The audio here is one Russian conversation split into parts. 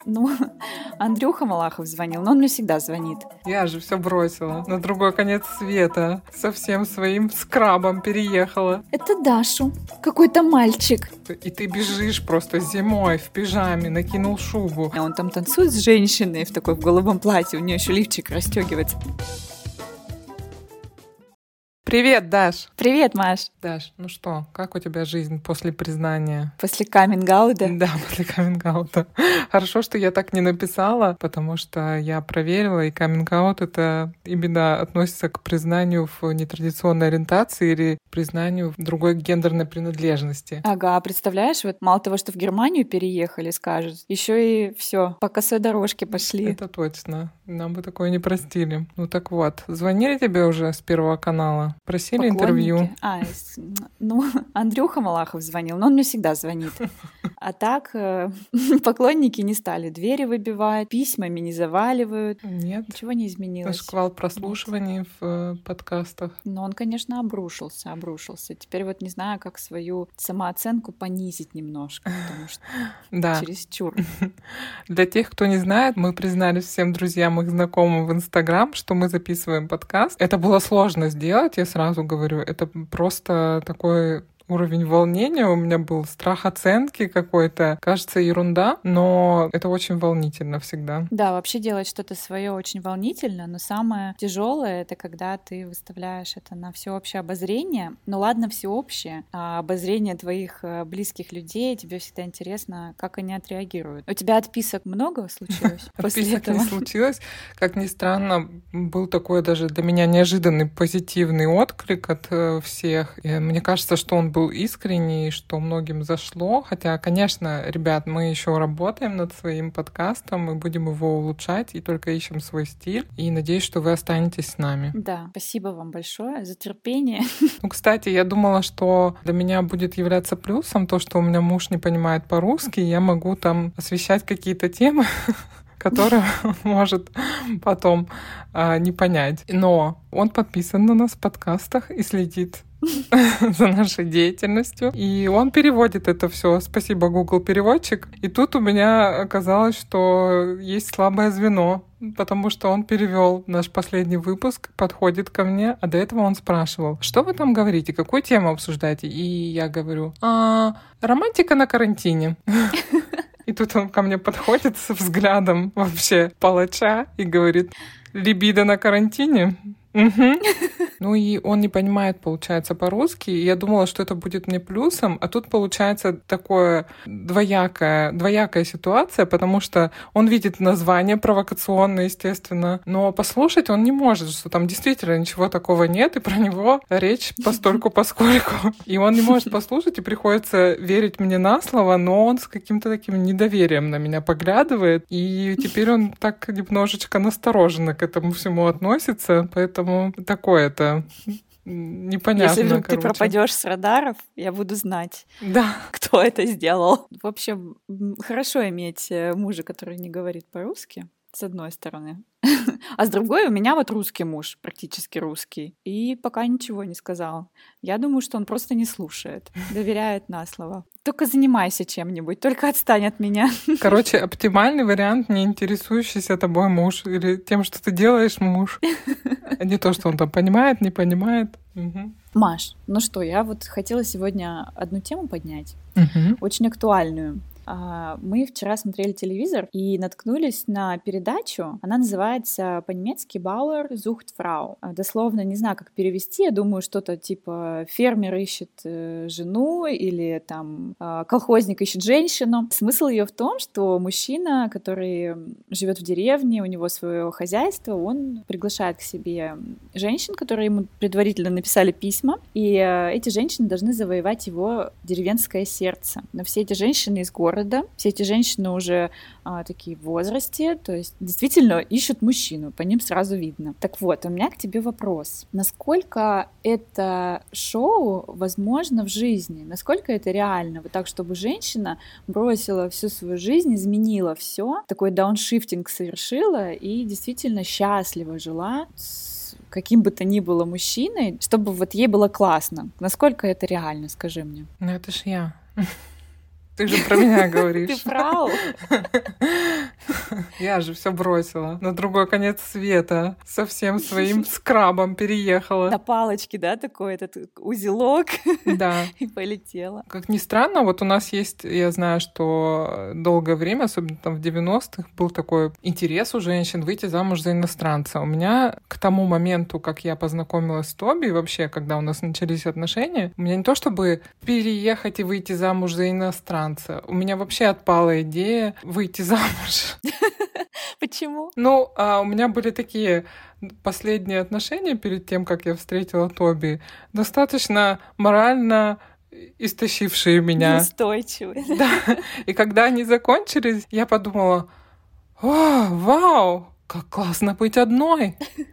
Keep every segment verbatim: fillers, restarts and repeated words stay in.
Ну, Андрюха Малахов звонил, но он мне всегда звонит. Я же все бросила. На другой конец света. Со всем своим скрабом переехала. Это Дашу. Какой-то мальчик. И ты бежишь просто зимой в пижаме, накинул шубу. А он там танцует с женщиной в такой в голубом платье. У нее еще лифчик расстегивается. Привет, Даш. Привет, Маш. Даш, ну что, как у тебя жизнь после признания? После каминг-аута? Да, после каминг-аута. Хорошо, что я так не написала, потому что я проверила, и каминг-аут — это именно относится к признанию в нетрадиционной ориентации или признанию в другой гендерной принадлежности. Ага, представляешь, вот мало того, что в Германию переехали, скажут, еще и все по косой дорожке пошли. Это точно. Нам бы такое не простили. Ну так вот, звонили тебе уже с Первого канала? Просили Поклонники? интервью? А, ну, Андрюха Малахов звонил, но он мне всегда звонит. А так э, поклонники не стали двери выбивать, письмами не заваливают. Нет. Ничего не изменилось. Шквал прослушиваний в э, подкастах. Но он, конечно, обрушился, обрушился. Теперь вот не знаю, как свою самооценку понизить немножко, потому что да. чересчур. Для тех, кто не знает, мы признались всем друзьям и знакомым в Инстаграм, что мы записываем подкаст. Это было сложно сделать, я сразу говорю. Это просто такой уровень волнения у меня был, страх оценки какой-то. Кажется, ерунда, но это очень волнительно всегда. Да, вообще делать что-то свое очень волнительно, но самое тяжелое это когда ты выставляешь это на всеобщее обозрение. Ну ладно, всеобщее, а обозрение твоих близких людей, тебе всегда интересно, как они отреагируют. У тебя отписок много случилось после этого? Отписок не случилось. Как ни странно, был такой даже для меня неожиданный позитивный отклик от всех. И мне кажется, что он был был искренний, что многим зашло. Хотя, конечно, ребят, мы еще работаем над своим подкастом, мы будем его улучшать и только ищем свой стиль. И надеюсь, что вы останетесь с нами. Да, спасибо вам большое за терпение. Ну, кстати, я думала, что для меня будет являться плюсом то, что у меня муж не понимает по-русски, и я могу там освещать какие-то темы, которые он может потом а, не понять. Но он подписан на нас в подкастах и следит за нашей деятельностью. И он переводит это все. Спасибо, Google переводчик. И тут у меня оказалось, что есть слабое звено, потому что он перевел наш последний выпуск, подходит ко мне, а до этого он спрашивал, что вы там говорите, какую тему обсуждаете? И я говорю, а, романтика на карантине. И тут он ко мне подходит со взглядом вообще палача и говорит, либидо на карантине? Угу. Ну и он не понимает, получается, по-русски. И я думала, что это будет мне плюсом, а тут получается такое двоякая, двоякая ситуация, потому что он видит название провокационное, естественно, но послушать он не может, что там действительно ничего такого нет, и про него речь постольку-поскольку. И он не может послушать, и приходится верить мне на слово, но он с каким-то таким недоверием на меня поглядывает, и теперь он так немножечко настороженно к этому всему относится, поэтому такое-то непонятно. Если вдруг короче. ты пропадешь с радаров, я буду знать, да. кто это сделал. В общем, хорошо иметь мужа, который не говорит по-русски, с одной стороны. А с другой у меня вот русский муж, практически русский, и пока ничего не сказал. Я думаю, что он просто не слушает, доверяет на слово. Только занимайся чем-нибудь, только отстань от меня. Короче, оптимальный вариант, не интересующийся тобой муж или тем, что ты делаешь, муж. А не то, что он там понимает, не понимает. Угу. Маш, ну что, я вот хотела сегодня одну тему поднять, угу. очень актуальную. Мы вчера смотрели телевизор и наткнулись на передачу. Она называется по-немецки «Bauer sucht Frau». Дословно не знаю, как перевести. Я думаю, что-то типа «фермер ищет жену» или там «колхозник ищет женщину». Смысл ее в том, что мужчина, который живет в деревне, у него свое хозяйство, он приглашает к себе женщин, которые ему предварительно написали письма, и эти женщины должны завоевать его деревенское сердце. Но все эти женщины из города, все эти женщины уже а, такие в возрасте, то есть действительно ищут мужчину, по ним сразу видно. Так вот, у меня к тебе вопрос. Насколько это шоу возможно в жизни? Насколько это реально? Вот так, чтобы женщина бросила всю свою жизнь, изменила все, такой дауншифтинг совершила и действительно счастливо жила с каким бы то ни было мужчиной, чтобы вот ей было классно. Насколько это реально, скажи мне? Ну это ж я. Ты же про меня говоришь. Ты фрау. Я же все бросила на другой конец света, со всем своим скрабом переехала. На палочке, да, такой этот узелок. Да. И полетела. Как ни странно, вот у нас есть, я знаю, что долгое время, особенно там в девяностых, был такой интерес у женщин выйти замуж за иностранца. У меня к тому моменту, как я познакомилась с Тоби, и вообще, когда у нас начались отношения, у меня не то чтобы переехать и выйти замуж за иностранца, у меня вообще отпала идея выйти замуж. Почему? Ну, а у меня были такие последние отношения перед тем, как я встретила Тоби, достаточно морально истощившие меня. Неустойчивые. Да. И когда они закончились, я подумала: о, вау, как классно быть одной.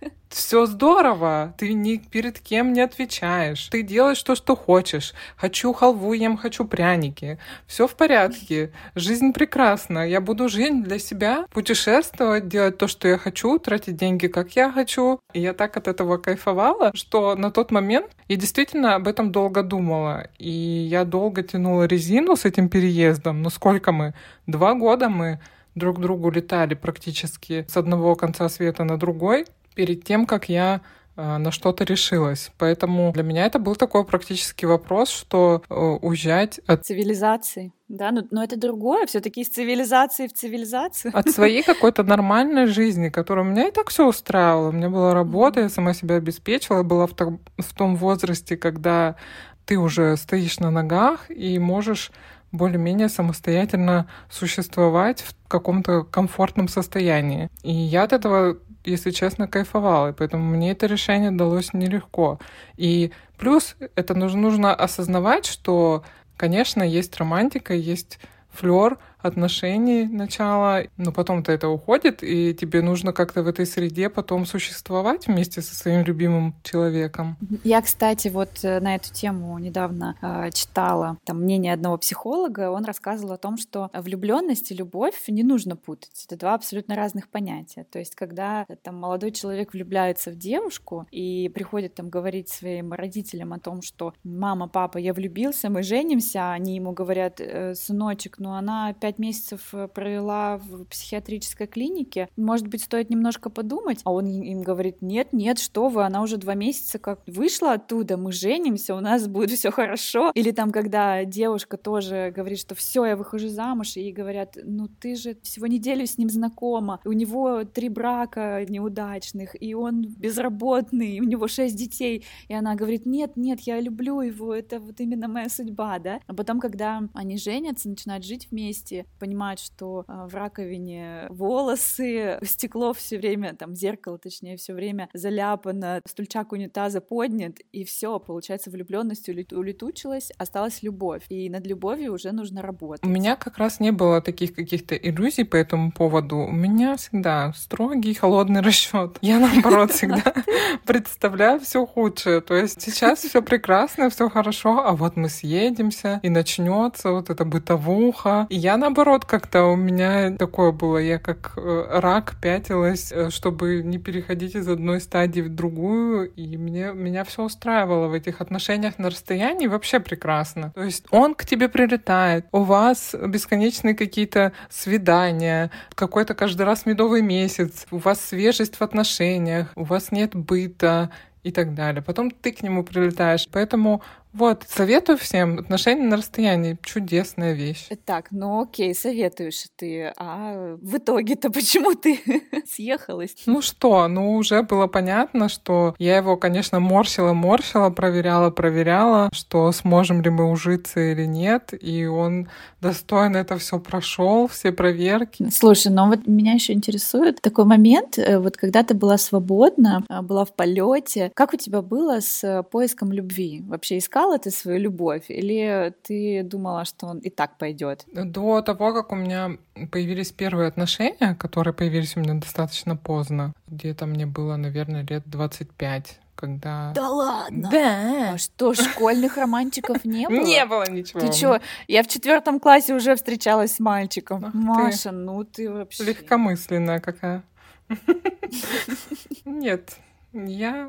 Все здорово, ты ни перед кем не отвечаешь, ты делаешь то, что хочешь. Хочу халву, ем, хочу пряники. Все в порядке, жизнь прекрасна. Я буду жить для себя, путешествовать, делать то, что я хочу, тратить деньги, как я хочу. И я так от этого кайфовала, что на тот момент я действительно об этом долго думала. И я долго тянула резину с этим переездом. Но сколько мы? Два года мы друг к другу летали практически с одного конца света на другой перед тем, как я э, на что-то решилась. Поэтому для меня это был такой практический вопрос, что э, уезжать от цивилизации. Да, но, но это другое, все-таки из цивилизации в цивилизацию. От своей какой-то нормальной жизни, которая меня и так все устраивала. У меня была работа, я сама себя обеспечивала, была в том, в том возрасте, когда ты уже стоишь на ногах и можешь более-менее самостоятельно существовать в каком-то комфортном состоянии. И я от этого, если честно, кайфовала, и поэтому мне это решение далось нелегко. И плюс это нужно, нужно осознавать, что, конечно, есть романтика, есть флёр отношений начала, но потом-то это уходит, и тебе нужно как-то в этой среде потом существовать вместе со своим любимым человеком. Я, кстати, вот на эту тему недавно э, читала там мнение одного психолога. Он рассказывал о том, что влюбленность и любовь не нужно путать. Это два абсолютно разных понятия. То есть, когда там молодой человек влюбляется в девушку и приходит там говорить своим родителям о том, что мама, папа, я влюбился, мы женимся, они ему говорят: сыночек, ну она пять месяцев провела в психиатрической клинике, может быть, стоит немножко подумать. А он им говорит: нет, нет, что вы, она уже два месяца как вышла оттуда, мы женимся, у нас будет все хорошо. Или там, когда девушка тоже говорит, что все, я выхожу замуж, и ей говорят: ну ты же всего неделю с ним знакома, у него три брака неудачных, и он безработный, и у него шесть детей. И она говорит: нет, нет, я люблю его, это вот именно моя судьба, да. А потом, когда они женятся, начинают жить вместе, понимают, что э, в раковине волосы, стекло все время, там зеркало, точнее, все время заляпано, стульчак унитаза поднят, и все, получается, влюбленность улетучилась, осталась любовь, и над любовью уже нужно работать. У меня как раз не было таких каких-то иллюзий по этому поводу. У меня всегда строгий, холодный расчет. Я, наоборот, всегда представляю все худшее. То есть сейчас все прекрасно, все хорошо, а вот мы съедемся, и начнется вот эта бытовуха. И я, наоборот, как-то у меня такое было, я как рак пятилась, чтобы не переходить из одной стадии в другую, и мне, меня все устраивало в этих отношениях на расстоянии вообще прекрасно. То есть он к тебе прилетает, у вас бесконечные какие-то свидания, какой-то каждый раз медовый месяц, у вас свежесть в отношениях, у вас нет быта и так далее. Потом ты к нему прилетаешь. Поэтому вот, советую всем. Отношения на расстоянии — чудесная вещь. Так, ну окей, советуешь ты. А в итоге-то почему ты съехалась? Ну что, ну уже было понятно, что я его, конечно, морщила-морщила, проверяла-проверяла, что сможем ли мы ужиться или нет. И он достойно это все прошел, все проверки. Слушай, ну вот меня еще интересует такой момент, вот когда ты была свободна, была в полете, как у тебя было с поиском любви? Вообще искала ты свою любовь, или ты думала, что он и так пойдет? До того, как у меня появились первые отношения, которые появились у меня достаточно поздно, где-то мне было, наверное, лет двадцать пять, когда... Да ладно? Да. А что, школьных романтиков не было? Не было ничего. Ты чё? Я в четвертом классе уже встречалась с мальчиком. Ах Маша, ты. ну ты вообще... Легкомысленная какая. Нет, я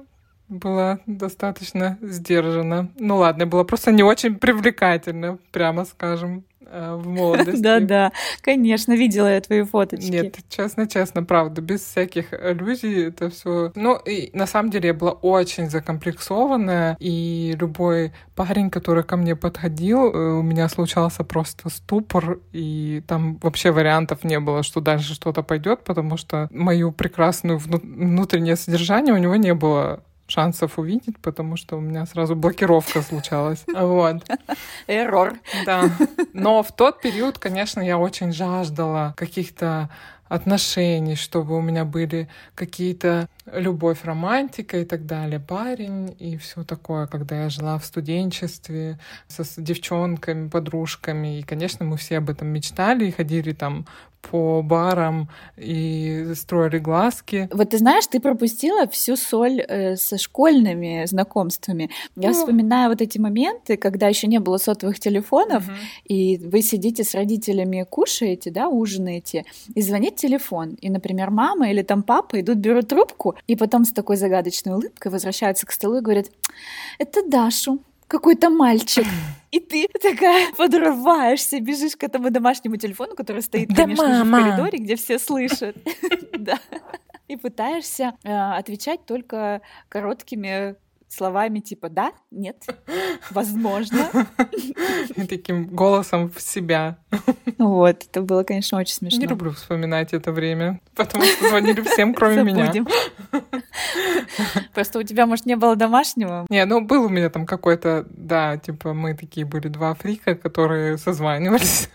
была достаточно сдержана. Ну ладно, я была просто не очень привлекательна, прямо скажем, в молодости. Да-да, конечно, видела я твои фоточки. Нет, честно-честно, правда, без всяких иллюзий это все. Ну, и на самом деле я была очень закомплексованная, и любой парень, который ко мне подходил, у меня случался просто ступор, и там вообще вариантов не было, что дальше что-то пойдет, потому что мою прекрасную вну- внутреннее содержание у него не было шансов увидеть, потому что у меня сразу блокировка случалась. Вот. Эррор. Да. Но в тот период, конечно, я очень жаждала каких-то отношений, чтобы у меня были какие-то любовь, романтика и так далее, парень и все такое, когда я жила в студенчестве со с девчонками, подружками. И, конечно, мы все об этом мечтали и ходили там по барам и строили глазки. Вот ты знаешь, ты пропустила всю соль э, со школьными знакомствами. Я Ну. вспоминаю вот эти моменты, когда еще не было сотовых телефонов, Мгм. и вы сидите с родителями, кушаете, да, ужинаете, и звонит телефон. И, например, мама или там папа идут, берут трубку, и потом с такой загадочной улыбкой возвращаются к столу и говорят: «Это Дашу, какой-то мальчик». И ты такая подрываешься, бежишь к этому домашнему телефону, который стоит, Да, конечно же, в мама. коридоре, где все слышат. Да. И пытаешься э, отвечать только короткими словами типа «да», «нет», «возможно». И таким голосом в себя. Вот, это было, конечно, очень смешно. Не люблю вспоминать это время, потому что звонили всем, кроме меня. Забудем. Просто у тебя, может, не было домашнего? Не, ну был у меня там какой-то, да, типа мы такие были два фрика, которые созванивались.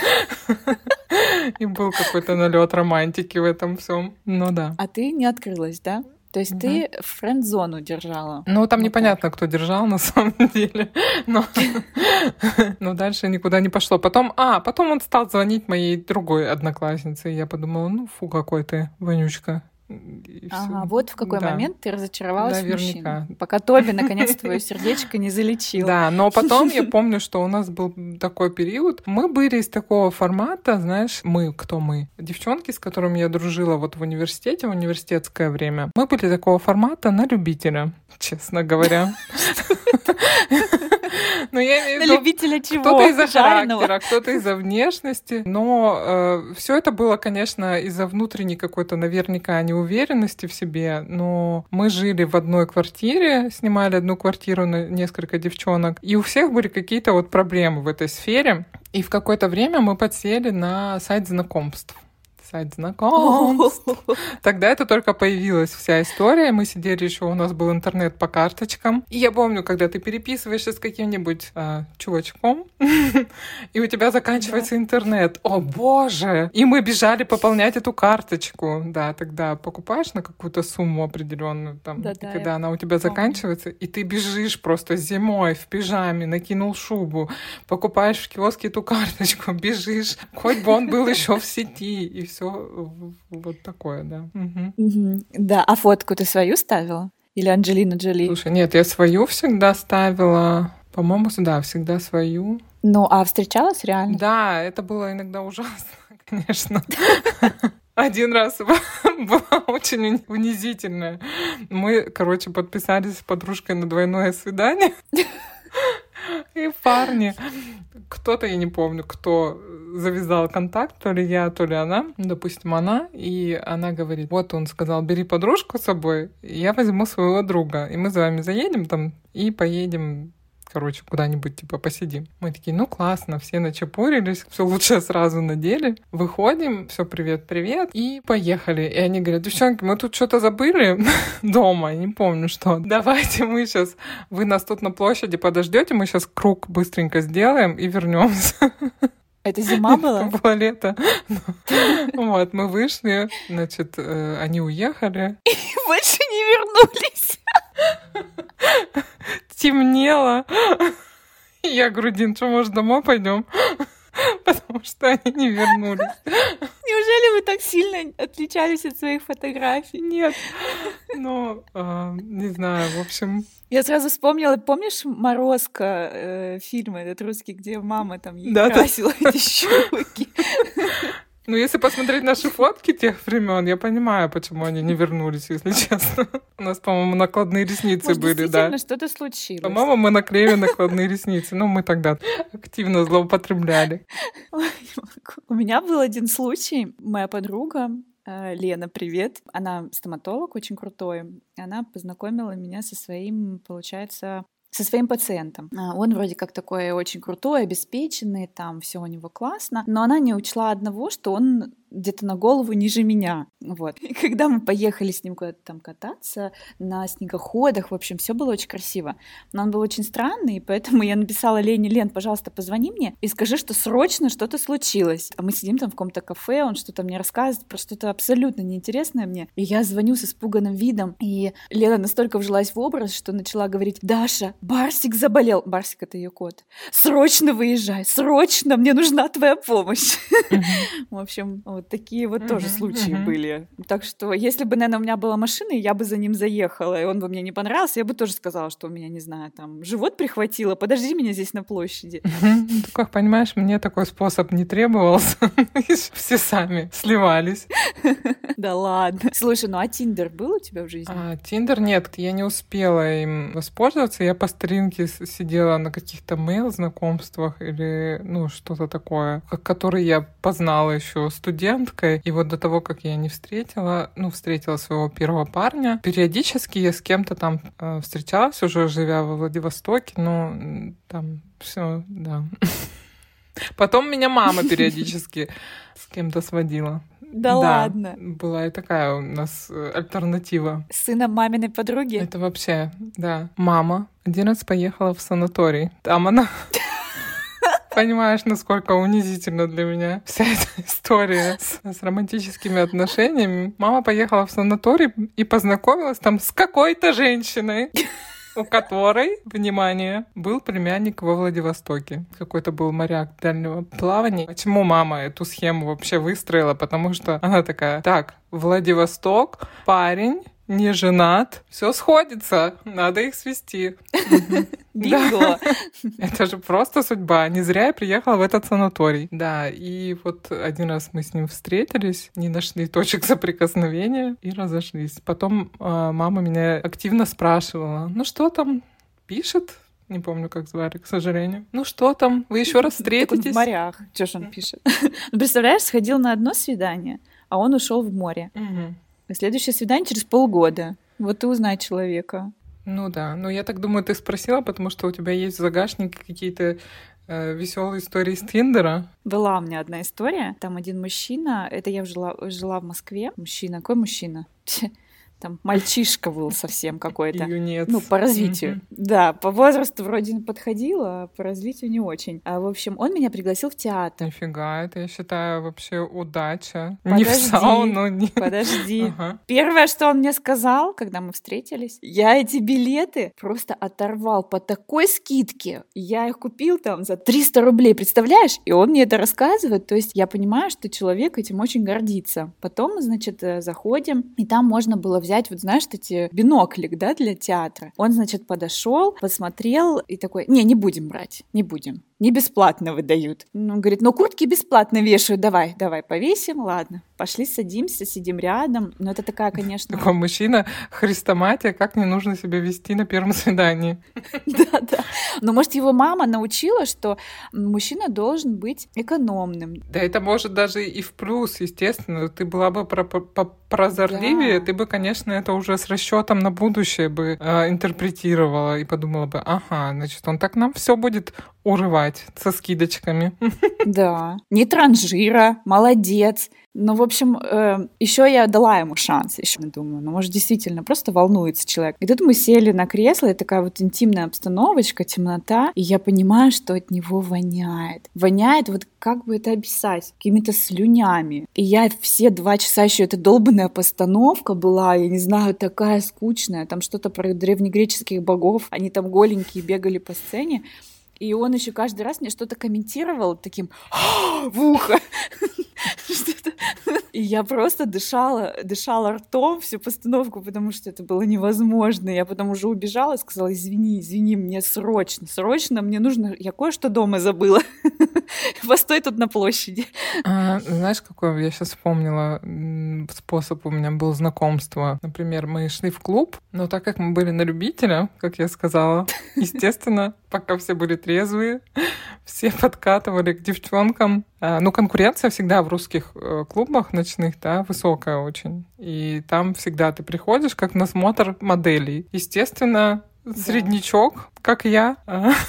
И был какой-то налет романтики в этом всем. Ну да. А ты не открылась, да? То есть ты френд-зону держала? Ну, там Вот непонятно, кто держал на самом деле. Но, но дальше никуда не пошло. Потом, а, потом он стал звонить моей другой однокласснице. И я подумала, ну, фу, какой ты, вонючка. И Ага, всё. вот в какой Да. момент ты разочаровалась в Наверняка. мужчине. Пока Тоби наконец твое сердечко не залечил. Да, но потом я помню, что у нас был такой период. Мы были из такого формата, знаешь, мы, кто мы? Девчонки, с которыми я дружила вот в университете, в университетское время. Мы были такого формата на любителя, честно говоря. Но я имею в На виду, любителя чего? кто-то из-за Жареного? характера, кто-то из-за внешности. Но э, все это было, конечно, из-за внутренней какой-то наверняка неуверенности в себе. Но мы жили в одной квартире, снимали одну квартиру на несколько девчонок. И у всех были какие-то вот проблемы в этой сфере. И в какое-то время мы подсели на сайт знакомств. Сайт знакомств. Тогда это только появилась вся история. Мы сидели еще, у нас был интернет по карточкам. И я помню, когда ты переписываешься с каким-нибудь а, чувачком, и у тебя заканчивается интернет. О, боже! И мы бежали пополнять эту карточку. Да, тогда покупаешь на какую-то сумму определенную, там, Да, и да, когда я она у тебя заканчивается, и ты бежишь просто зимой в пижаме, накинул шубу, покупаешь в киоске эту карточку, бежишь, хоть бы он был еще в сети, и все вот такое, да. Мгм. Мгм. Да, а фотку ты свою ставила? Или Анджелина Джоли? Слушай, нет, я свою всегда ставила, по-моему, да, всегда свою. Ну, а встречалась реально? Да, это было иногда ужасно, конечно. Один раз было очень уни- унизительное. Мы, короче, подписались с подружкой на двойное свидание. И парни, кто-то, я не помню, кто завязал контакт, то ли я, то ли она, допустим, она, и она говорит, вот он сказал, бери подружку с собой, я возьму своего друга, и мы за вами заедем там и поедем, короче, куда-нибудь, типа, посидим. Мы такие, ну, классно, все начапурились, все лучше сразу надели. Выходим, все привет-привет, и поехали. И они говорят, девчонки, мы тут что-то забыли дома, не помню что. Давайте мы сейчас, вы нас тут на площади подождете, мы сейчас круг быстренько сделаем и вернемся. Это зима была? Было лето. Вот, мы вышли, значит, э, они уехали. И больше не вернулись. Темнело. И я говорю, Дин, что, может, домой пойдем? Потому что они не вернулись. Неужели вы так сильно отличались от своих фотографий? Нет. Ну, э, не знаю, в общем... Я сразу вспомнила, помнишь «Морозко», э, фильм этот русский, где мама там ей Да, да. красила эти щеки? Ну, если посмотреть наши фотки тех времен, я понимаю, почему они не вернулись, если честно. У нас, по-моему, накладные ресницы Может, были, да. действительно что-то случилось. По-моему, мы наклеили накладные ресницы. Ну, мы тогда активно злоупотребляли. Ой, не могу. У меня был один случай. Моя подруга э, Лена, привет. Она стоматолог очень крутой. Она познакомила меня со своим, получается, со своим пациентом. А, Он вроде как такой очень крутой, обеспеченный, там все у него классно, но она не учла одного, что он где-то на голову ниже меня. Вот. И когда мы поехали с ним куда-то там кататься на снегоходах, в общем, все было очень красиво. Но он был очень странный, и поэтому я написала Лене: Лен, пожалуйста, позвони мне и скажи, что срочно что-то случилось. А мы сидим там в каком-то кафе, он что-то мне рассказывает про что-то абсолютно неинтересное мне. И я звоню с испуганным видом, и Лена настолько вжилась в образ, что начала говорить: Даша, Барсик заболел. Барсик — это ее кот. Срочно выезжай, срочно, мне нужна твоя помощь. В общем, вот такие вот тоже случаи были. Так что, если бы, наверное, у меня была машина, и я бы за ним заехала, и он бы мне не понравился, я бы тоже сказала, что у меня, не знаю, там, живот прихватило, подожди меня здесь на площади. Ну, ты как понимаешь, мне такой способ не требовался. Все сами сливались. Да ладно. Слушай, ну а Тиндер был у тебя в жизни? А, Тиндер нет, я не успела им воспользоваться. Я по старинке с- сидела на каких-то мейл-знакомствах или, ну, что-то такое, к- которые я познала еще студенткой. И вот до того, как я не встретила, ну, встретила своего первого парня, периодически я с кем-то там э, встречалась, уже живя во Владивостоке, но м, там все, да. Потом меня мама периодически с кем-то сводила. Да ладно. Была и такая у нас э, альтернатива. С сыном маминой подруги? Это вообще, да. Мама один раз поехала в санаторий. Там она... Понимаешь, насколько унизительно для меня вся эта история с, с романтическими отношениями. Мама поехала в санаторий и познакомилась там с какой-то женщиной, у которой, внимание, был племянник во Владивостоке. Какой-то был моряк дальнего плавания. Почему мама эту схему вообще выстроила? Потому что она такая: так, Владивосток, парень, не женат, все сходится, надо их свести. Бинго! Это же просто судьба. Не зря я приехала в этот санаторий. Да, и вот один раз мы с ним встретились, не нашли точек соприкосновения и разошлись. Потом э, мама меня активно спрашивала: ну что там, пишет? Не помню, как звали, к сожалению. Ну что там, вы еще раз встретитесь? Так он в морях. Чё ж он пишет? Ну, представляешь, сходил на одно свидание, а он ушел в море. А следующее свидание через полгода. Вот и узнай человека. Ну да, ну я так думаю, ты спросила, потому что у тебя есть в загашнике какие-то э, веселые истории с Тиндера. Была у меня одна история. Там один мужчина, это я жила, жила в Москве. Мужчина, какой мужчина? Там мальчишка был совсем какой-то. Юнец. Ну, по развитию. Mm-hmm. Да, по возрасту вроде подходил, а по развитию не очень. А, в общем, он меня пригласил в театр. Нифига, это, я считаю, вообще удача. Подожди, не в сауну, не... Подожди. Ага. Первое, что он мне сказал, когда мы встретились, я эти билеты просто оторвал по такой скидке. Я их купил там за триста рублей, представляешь? И он мне это рассказывает. То есть я понимаю, что человек этим очень гордится. Потом мы, значит, заходим, и там можно было взять, вот знаешь, эти бинокли, да, для театра. Он, значит, подошел, посмотрел и такой: не, не будем брать, не будем. Не бесплатно выдают. Он говорит: ну, куртки бесплатно вешают, давай, давай, повесим, ладно. Пошли, садимся, сидим рядом. Но это такая, конечно... Такой мужчина, хрестоматия, как не нужно себя вести на первом свидании. Да, да. Но, может, его мама научила, что мужчина должен быть экономным. Да, это может даже и в плюс, естественно. Ты была бы прозорливее, ты бы, конечно, это уже с расчетом на будущее бы э, интерпретировала и подумала бы: ага, значит, он так нам все будет урывать со скидочками. Да. Не транжира, молодец. Ну, в общем, э, еще я дала ему шанс. Еще думаю, ну, может, действительно, просто волнуется человек. И тут мы сели на кресло, и такая вот интимная обстановочка, темнота, и я понимаю, что от него воняет. Воняет, вот как бы это описать? Какими-то слюнями. И я все два часа еще, эта долбанная постановка была, я не знаю, такая скучная. Там что-то про древнегреческих богов. Они там голенькие бегали по сцене. И он еще каждый раз мне что-то комментировал таким в ухо. Что-то И я просто дышала, дышала ртом всю постановку, потому что это было невозможно. Я потом уже убежала и сказала: извини, извини, мне срочно, срочно, мне нужно, я кое-что дома забыла. Постой тут на площади. А, знаешь, какой я сейчас вспомнила способ у меня был знакомства? Например, мы шли в клуб, но так как мы были на любителя, как я сказала, естественно, пока все были трезвые, все подкатывали к девчонкам. Ну, конкуренция всегда в русских клубах ночных, да, высокая очень. И там всегда ты приходишь как на смотр моделей. Естественно, да. Среднячок, как я.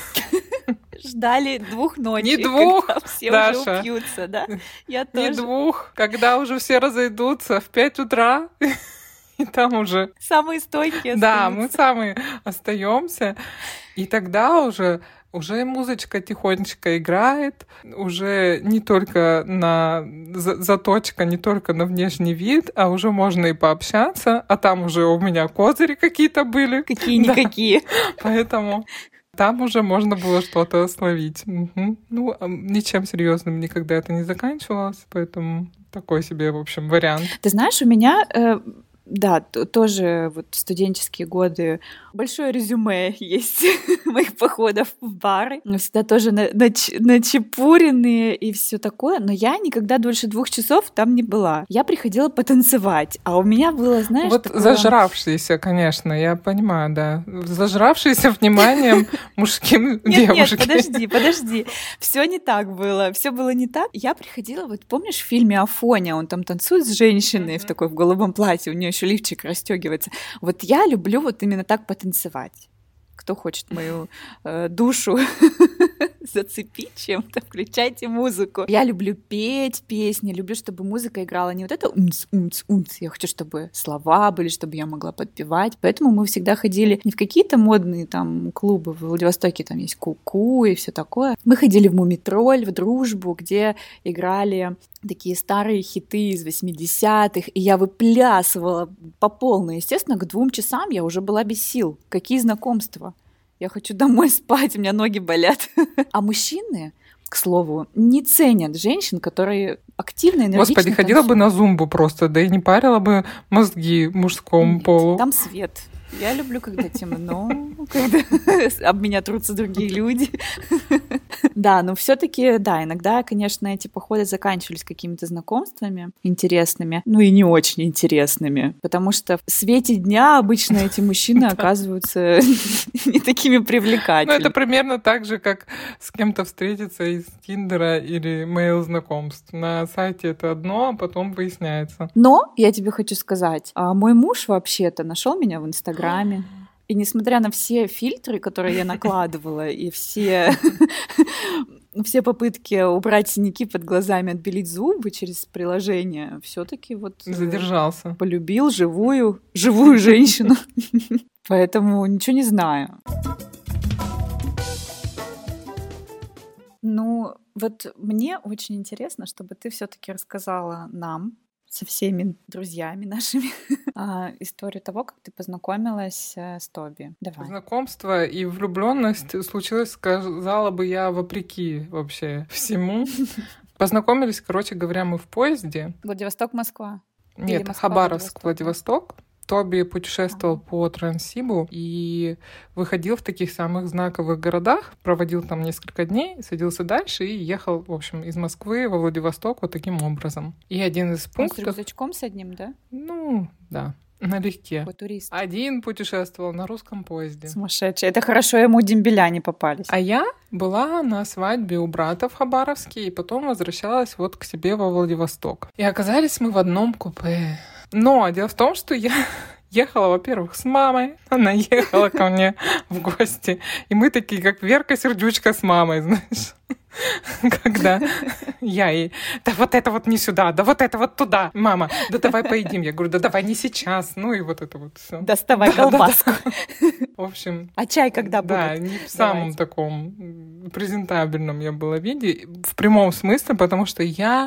Ждали двух ночи, не двух, когда все Даша. Уже упьются, да? Я тоже. Не двух, когда уже все разойдутся в пять утра. И там уже... Самые стойкие остаются. Да, мы самые остаемся. И тогда уже, уже музычка тихонечко играет, уже не только на... Заточка не только на внешний вид, а уже можно и пообщаться. А там уже у меня козыри какие-то были. Какие-никакие. Да. Поэтому... Там уже можно было что-то словить. Угу. Ну, ничем серьезным никогда это не заканчивалось, поэтому такой себе, в общем, вариант. Ты знаешь, у меня... Э... Да, тоже вот студенческие годы. Большое резюме есть моих походов в бары. Всегда тоже начепуренные и все такое. Но я никогда дольше двух часов там не была. Я приходила потанцевать. А у меня было, знаешь... Вот такое... зажравшиеся, конечно, я понимаю, да. Зажравшиеся вниманием мужским девушки. Нет, подожди, подожди. Все не так было. Все было не так. Я приходила, вот помнишь в фильме «Афоня», он там танцует с женщиной в такой в голубом платье, у нее еще лифчик расстегивается. Вот я люблю вот именно так потанцевать. Кто хочет мою э, душу зацепить чем-то, включайте музыку. Я люблю петь песни, люблю, чтобы музыка играла не вот это умц-умц-умц. Я хочу, чтобы слова были, чтобы я могла подпевать. Поэтому мы всегда ходили не в какие-то модные там клубы. В Владивостоке там есть Ку-Ку и все такое. Мы ходили в Мумитроль, в Дружбу, где играли такие старые хиты из восьмидесятых, и я выплясывала по полной. Естественно, к двум часам я уже была без сил. Какие знакомства? Я хочу домой спать, у меня ноги болят. А мужчины, к слову, не ценят женщин, которые активно, энергично Господи, ходила танцуют. бы на зумбу просто, да и не парила бы мозги мужскому Нет, полу. Там свет. Я люблю, когда темно, когда об меня трутся другие люди. Да, но все-таки, да, иногда, конечно, эти походы заканчивались какими-то знакомствами интересными, ну и не очень интересными, потому что в свете дня обычно эти мужчины оказываются не такими привлекательными. Ну, это примерно так же, как с кем-то встретиться из Тиндера или мейл-знакомств. На сайте это одно, а потом выясняется. Но, я тебе хочу сказать, мой муж вообще-то нашел меня в Инстаграме. И несмотря на все фильтры, которые я накладывала, и все, все попытки убрать синяки под глазами, отбелить зубы через приложение, все-таки вот задержался. Полюбил живую, живую женщину. Поэтому ничего не знаю. Ну, вот мне очень интересно, чтобы ты все-таки рассказала нам, со всеми друзьями нашими, историю того, как ты познакомилась с Тоби. Давай. Знакомство и влюбленность случилось, сказала бы я, вопреки вообще всему. Познакомились, короче говоря, мы в поезде. Владивосток-Москва? Нет, Хабаровск-Владивосток. Тоби путешествовал ага. по Транссибу и выходил в таких самых знаковых городах, проводил там несколько дней, садился дальше и ехал, в общем, из Москвы во Владивосток вот таким образом. И один из пунктов... Он с рюкзачком с одним, да? Ну, да. Налегке. Такой турист. Один путешествовал на русском поезде. Сумасшедший. Это хорошо, ему дембеля не попались. А я была на свадьбе у брата в Хабаровске и потом возвращалась вот к себе во Владивосток. И оказались мы в одном купе. Но дело в том, что я ехала, во-первых, с мамой. Она ехала ко мне в гости. И мы такие, как Верка Сердючка с мамой, знаешь. Когда я ей, да вот это вот не сюда, да вот это вот туда. Мама, да давай поедим. Я говорю, да давай не сейчас. Ну и вот это вот все. Доставай да, колбаску. Да, да. В общем... А чай когда будет? Да, не в самом Давайте. таком презентабельном я была виде. В прямом смысле, потому что я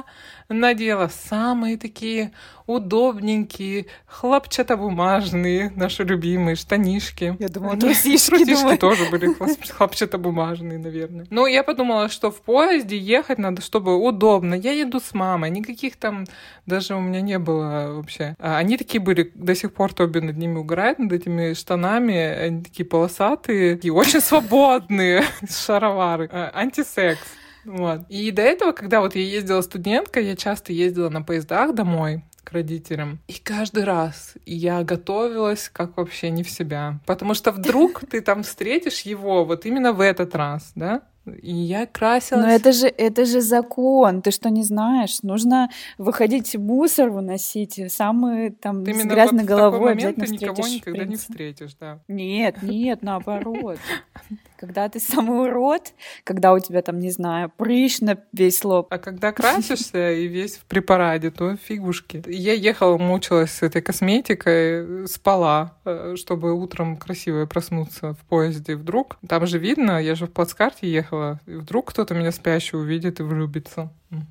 надела самые такие удобненькие, хлопчатобумажные, наши любимые штанишки. Я думала, трусишки. Трусишки тоже были хлопчатобумажные, наверное. Но я подумала, что в поезде ехать надо, чтобы удобно. Я еду с мамой, никаких там даже у меня не было вообще. Они такие были, до сих пор Тоби над ними угорает, над этими штанами. Они такие полосатые, и очень свободные шаровары. Антисекс. Вот. И до этого, когда вот я ездила студенткой, я часто ездила на поездах домой к родителям. И каждый раз я готовилась как вообще не в себя. Потому что вдруг ты там встретишь его вот именно в этот раз, да? И я красилась. Но это же, это же закон. Ты что, не знаешь? Нужно выходить мусор выносить. Самый там ты с грязной вот головой в такой момент обязательно ты никого встретишь никогда не принца. встретишь, да. Нет, нет, наоборот. Когда ты самый урод, когда у тебя там, не знаю, прыщ на весь лоб. А когда красишься и весь в препараде, то фигушки. Я ехала, мучилась с этой косметикой, спала, чтобы утром красиво проснуться в поезде. Вдруг, там же видно, я же в плацкарте ехала, и вдруг кто-то меня спящую увидит и влюбится.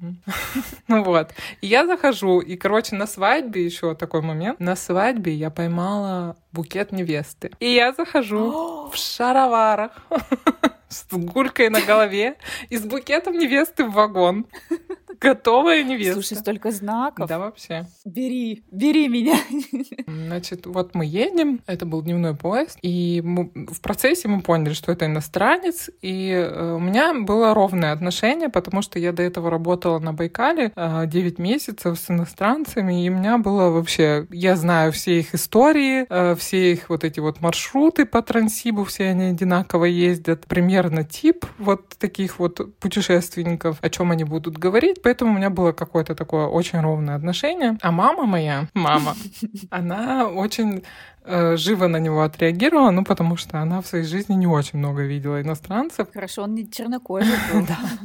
Ну вот. И я захожу, и, короче, на свадьбе еще такой момент. На свадьбе я поймала букет невесты. И я захожу в шароварах с гулькой на голове и с букетом невесты в вагон. Готовая невеста. Слушай, столько знаков. Да, вообще. Бери, бери меня. Значит, вот мы едем, это был дневной поезд, и мы, в процессе мы поняли, что это иностранец, и э, у меня было ровное отношение, потому что я до этого работала на Байкале э, девять месяцев с иностранцами, и у меня было вообще, я знаю все их истории, э, все их вот эти вот маршруты по Транссибу, все они одинаково ездят, примерно тип вот таких вот путешественников, о чем они будут говорить. Поэтому у меня было какое-то такое очень ровное отношение. А мама моя, мама, она очень э, живо на него отреагировала, ну, потому что она в своей жизни не очень много видела иностранцев. Хорошо, он не чернокожий был.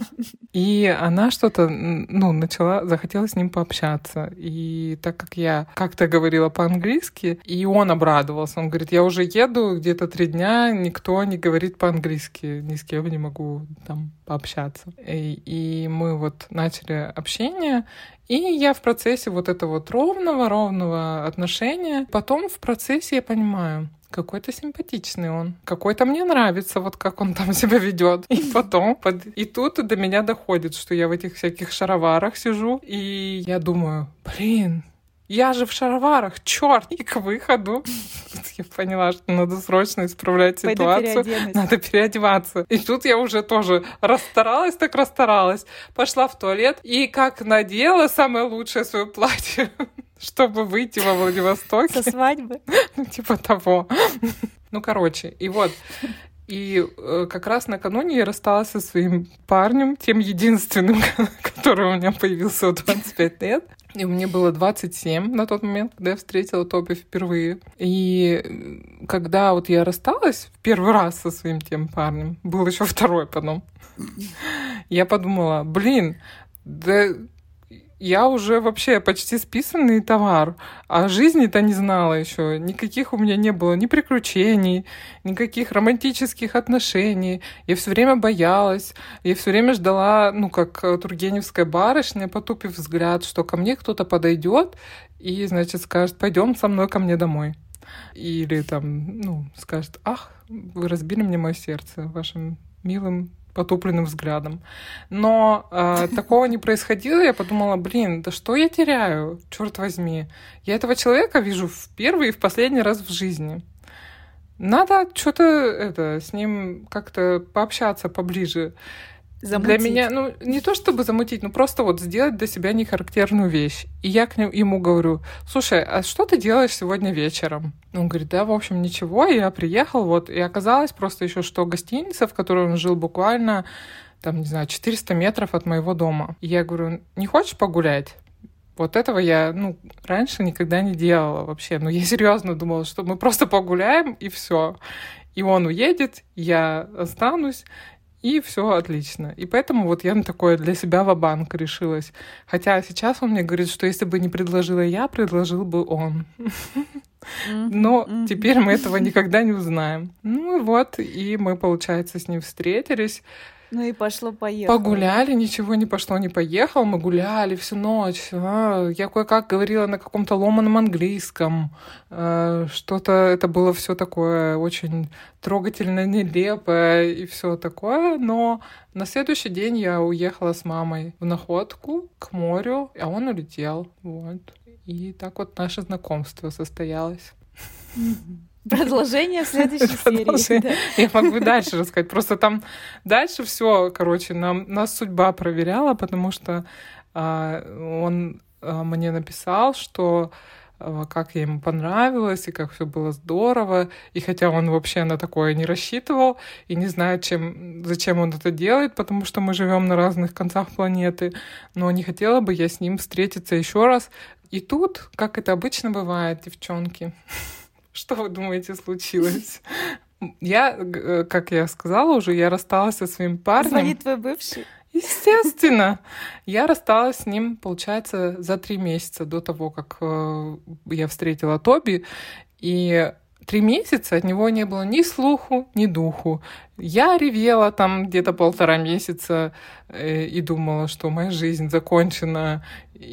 И она что-то, ну, начала, захотела с ним пообщаться. И так как я как-то говорила по-английски, и он обрадовался. Он говорит, я уже еду где-то три дня, никто не говорит по-английски, ни с кем не могу там пообщаться. И, и мы вот начали общение, и я в процессе вот этого вот ровного-ровного отношения, потом в процессе я понимаю, какой-то симпатичный он, какой-то мне нравится, вот как он там себя ведет. И потом, под... и тут до меня доходит, что я в этих всяких шароварах сижу, и я думаю, блин, я же в шароварах, черт, и к выходу. Я поняла, что надо срочно исправлять ситуацию. Надо переодеваться. И тут я уже тоже расстаралась, так расстаралась. Пошла в туалет и как надела самое лучшее свое платье, чтобы выйти во Владивостоке. Со свадьбы? Ну, типа того. Ну, короче, и вот. И э, как раз накануне я рассталась со своим парнем, тем единственным, который у меня появился в двадцать пять лет. И мне было двадцать семь на тот момент, когда я встретила Тоби впервые. И когда вот я рассталась в первый раз со своим тем парнем, был еще второй потом, я подумала, блин, да я уже вообще почти списанный товар, а жизни-то не знала еще. Никаких у меня не было ни приключений, никаких романтических отношений. Я все время боялась, я все время ждала, ну, как тургеневская барышня, потупив взгляд, что ко мне кто-то подойдет и, значит, скажет, пойдем со мной ко мне домой. Или там, ну, скажет, ах, вы разбили мне мое сердце вашим милым потупленным взглядом. Но э, такого не происходило. Я подумала, блин, да что я теряю, черт возьми. Я этого человека вижу в первый и в последний раз в жизни. Надо что-то это, с ним как-то пообщаться поближе. Замутить. Для меня, ну, не то чтобы замутить, но просто вот сделать для себя нехарактерную вещь. И я к нему, ему говорю, слушай, а что ты делаешь сегодня вечером? Он говорит, да, в общем, ничего, я приехал, вот, и оказалось просто еще, что гостиница, в которой он жил буквально, там, не знаю, четыреста метров от моего дома. И я говорю, не хочешь погулять? Вот этого я, ну, раньше никогда не делала вообще. Но я серьезно думала, что мы просто погуляем, и все. И он уедет, я останусь, и все отлично. И поэтому вот я на такое для себя ва-банк решилась. Хотя сейчас он мне говорит, что если бы не предложила я, предложил бы он. Но теперь мы этого никогда не узнаем. Ну и вот, и мы, получается, с ним встретились. Ну и пошло-поехало. Погуляли, ничего не пошло, не поехало. Мы гуляли всю ночь. А, я кое-как говорила на каком-то ломаном английском. А, что-то это было все такое очень трогательно, нелепое и все такое. Но на следующий день я уехала с мамой в Находку к морю, а он улетел. Вот. И так вот наше знакомство состоялось. Продолжение в следующей серии. Да. Я могу дальше рассказать. Просто там дальше все, короче, нам, нас судьба проверяла, потому что а, он а, мне написал, что а, как я ему понравилась, и как все было здорово. И хотя он вообще на такое не рассчитывал и не знает, чем, зачем он это делает, потому что мы живем на разных концах планеты, но не хотела бы я с ним встретиться еще раз. И тут, как это обычно бывает, девчонки, что вы думаете случилось? Я, как я сказала уже, я рассталась со своим парнем. Звонит твой бывший? Естественно. Я рассталась с ним, получается, за три месяца до того, как я встретила Тоби. И три месяца от него не было ни слуху, ни духу. Я ревела там где-то полтора месяца и думала, что моя жизнь закончена,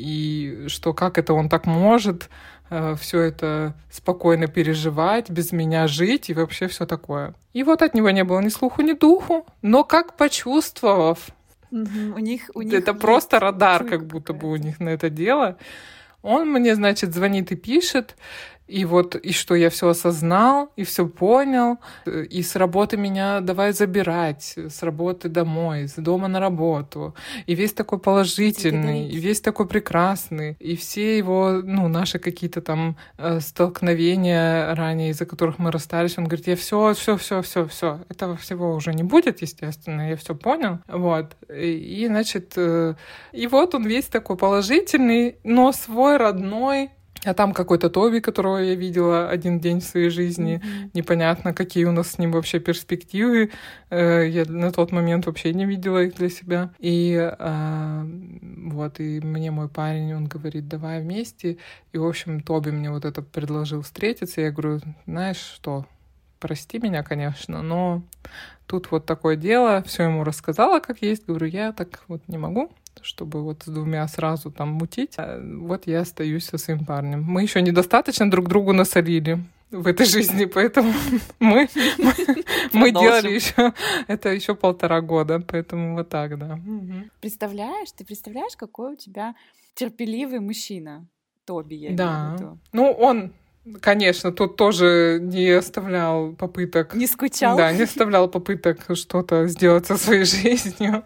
и что как это он так может все это спокойно переживать, без меня жить и вообще все такое. И вот от него не было ни слуху, ни духу, но как почувствовав, угу, у них, у них это просто радар, как будто бы у них на это дело, он мне, значит, звонит и пишет, и вот, и что я все осознал, и все понял, и с работы меня давай забирать, с работы домой, с дома на работу, и весь такой положительный, и весь такой прекрасный, и все его, ну, наши какие-то там э, столкновения ранее, из-за которых мы расстались, он говорит, я все, все, все, все, все, этого всего уже не будет, естественно, я все понял, вот, и, и значит, э, и вот он весь такой положительный, но свой родной. А там какой-то Тоби, которого я видела один день в своей жизни. Mm-hmm. Непонятно, какие у нас с ним вообще перспективы. Я на тот момент вообще не видела их для себя. И а, вот, и мне мой парень, он говорит, давай вместе. И, в общем, Тоби мне вот это предложил встретиться. Я говорю, знаешь что, прости меня, конечно, но тут вот такое дело. Все ему рассказала, как есть. Говорю, я так вот не могу, чтобы вот с двумя сразу там мутить. Вот я остаюсь со своим парнем. Мы еще недостаточно друг другу насолили в этой жизни, поэтому мы, мы, мы делали еще это еще полтора года, поэтому вот так, да. Представляешь, ты представляешь, какой у тебя терпеливый мужчина, Тоби, я да. имею в виду. Ну, он, конечно, тут тоже не оставлял попыток. Не скучал? Да, не оставлял попыток что-то сделать со своей жизнью.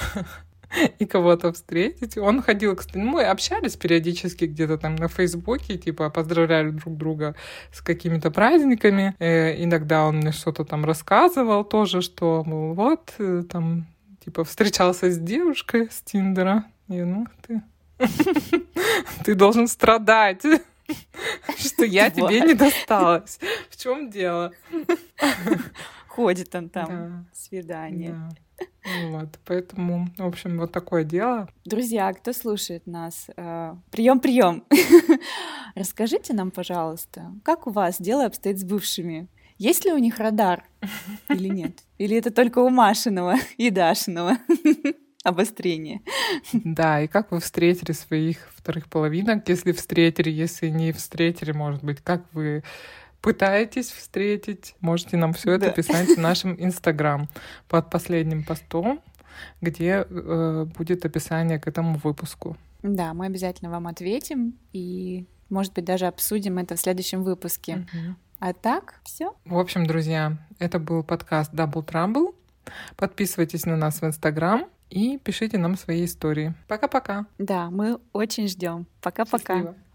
И кого-то встретить. Он ходил, кстати, мы общались периодически где-то там на Фейсбуке, типа поздравляли друг друга с какими-то праздниками. Э, иногда он мне что-то там рассказывал тоже, что, мол, вот, э, там, типа, встречался с девушкой с Тиндера. И, ну, ты... Ты должен страдать, что я тебе не досталась. В чем дело? Ходит он там, свидание. Вот, поэтому, в общем, вот такое дело. Друзья, кто слушает нас, прием, прием. Расскажите нам, пожалуйста, как у вас дело обстоит с бывшими? Есть ли у них радар или нет? Или это только у Машиного и Дашиного обострение? Да, и как вы встретили своих вторых половинок, если встретили, если не встретили, может быть, как вы пытаетесь встретить, можете нам все это да. писать в нашем Инстаграм под последним постом, где э, будет описание к этому выпуску. Да, мы обязательно вам ответим и, может быть, даже обсудим это в следующем выпуске. Угу. А так, все. В общем, друзья, это был подкаст Double Trouble. Подписывайтесь на нас в Инстаграм и пишите нам свои истории. Пока-пока. Да, мы очень ждем. Пока-пока. Счастливо.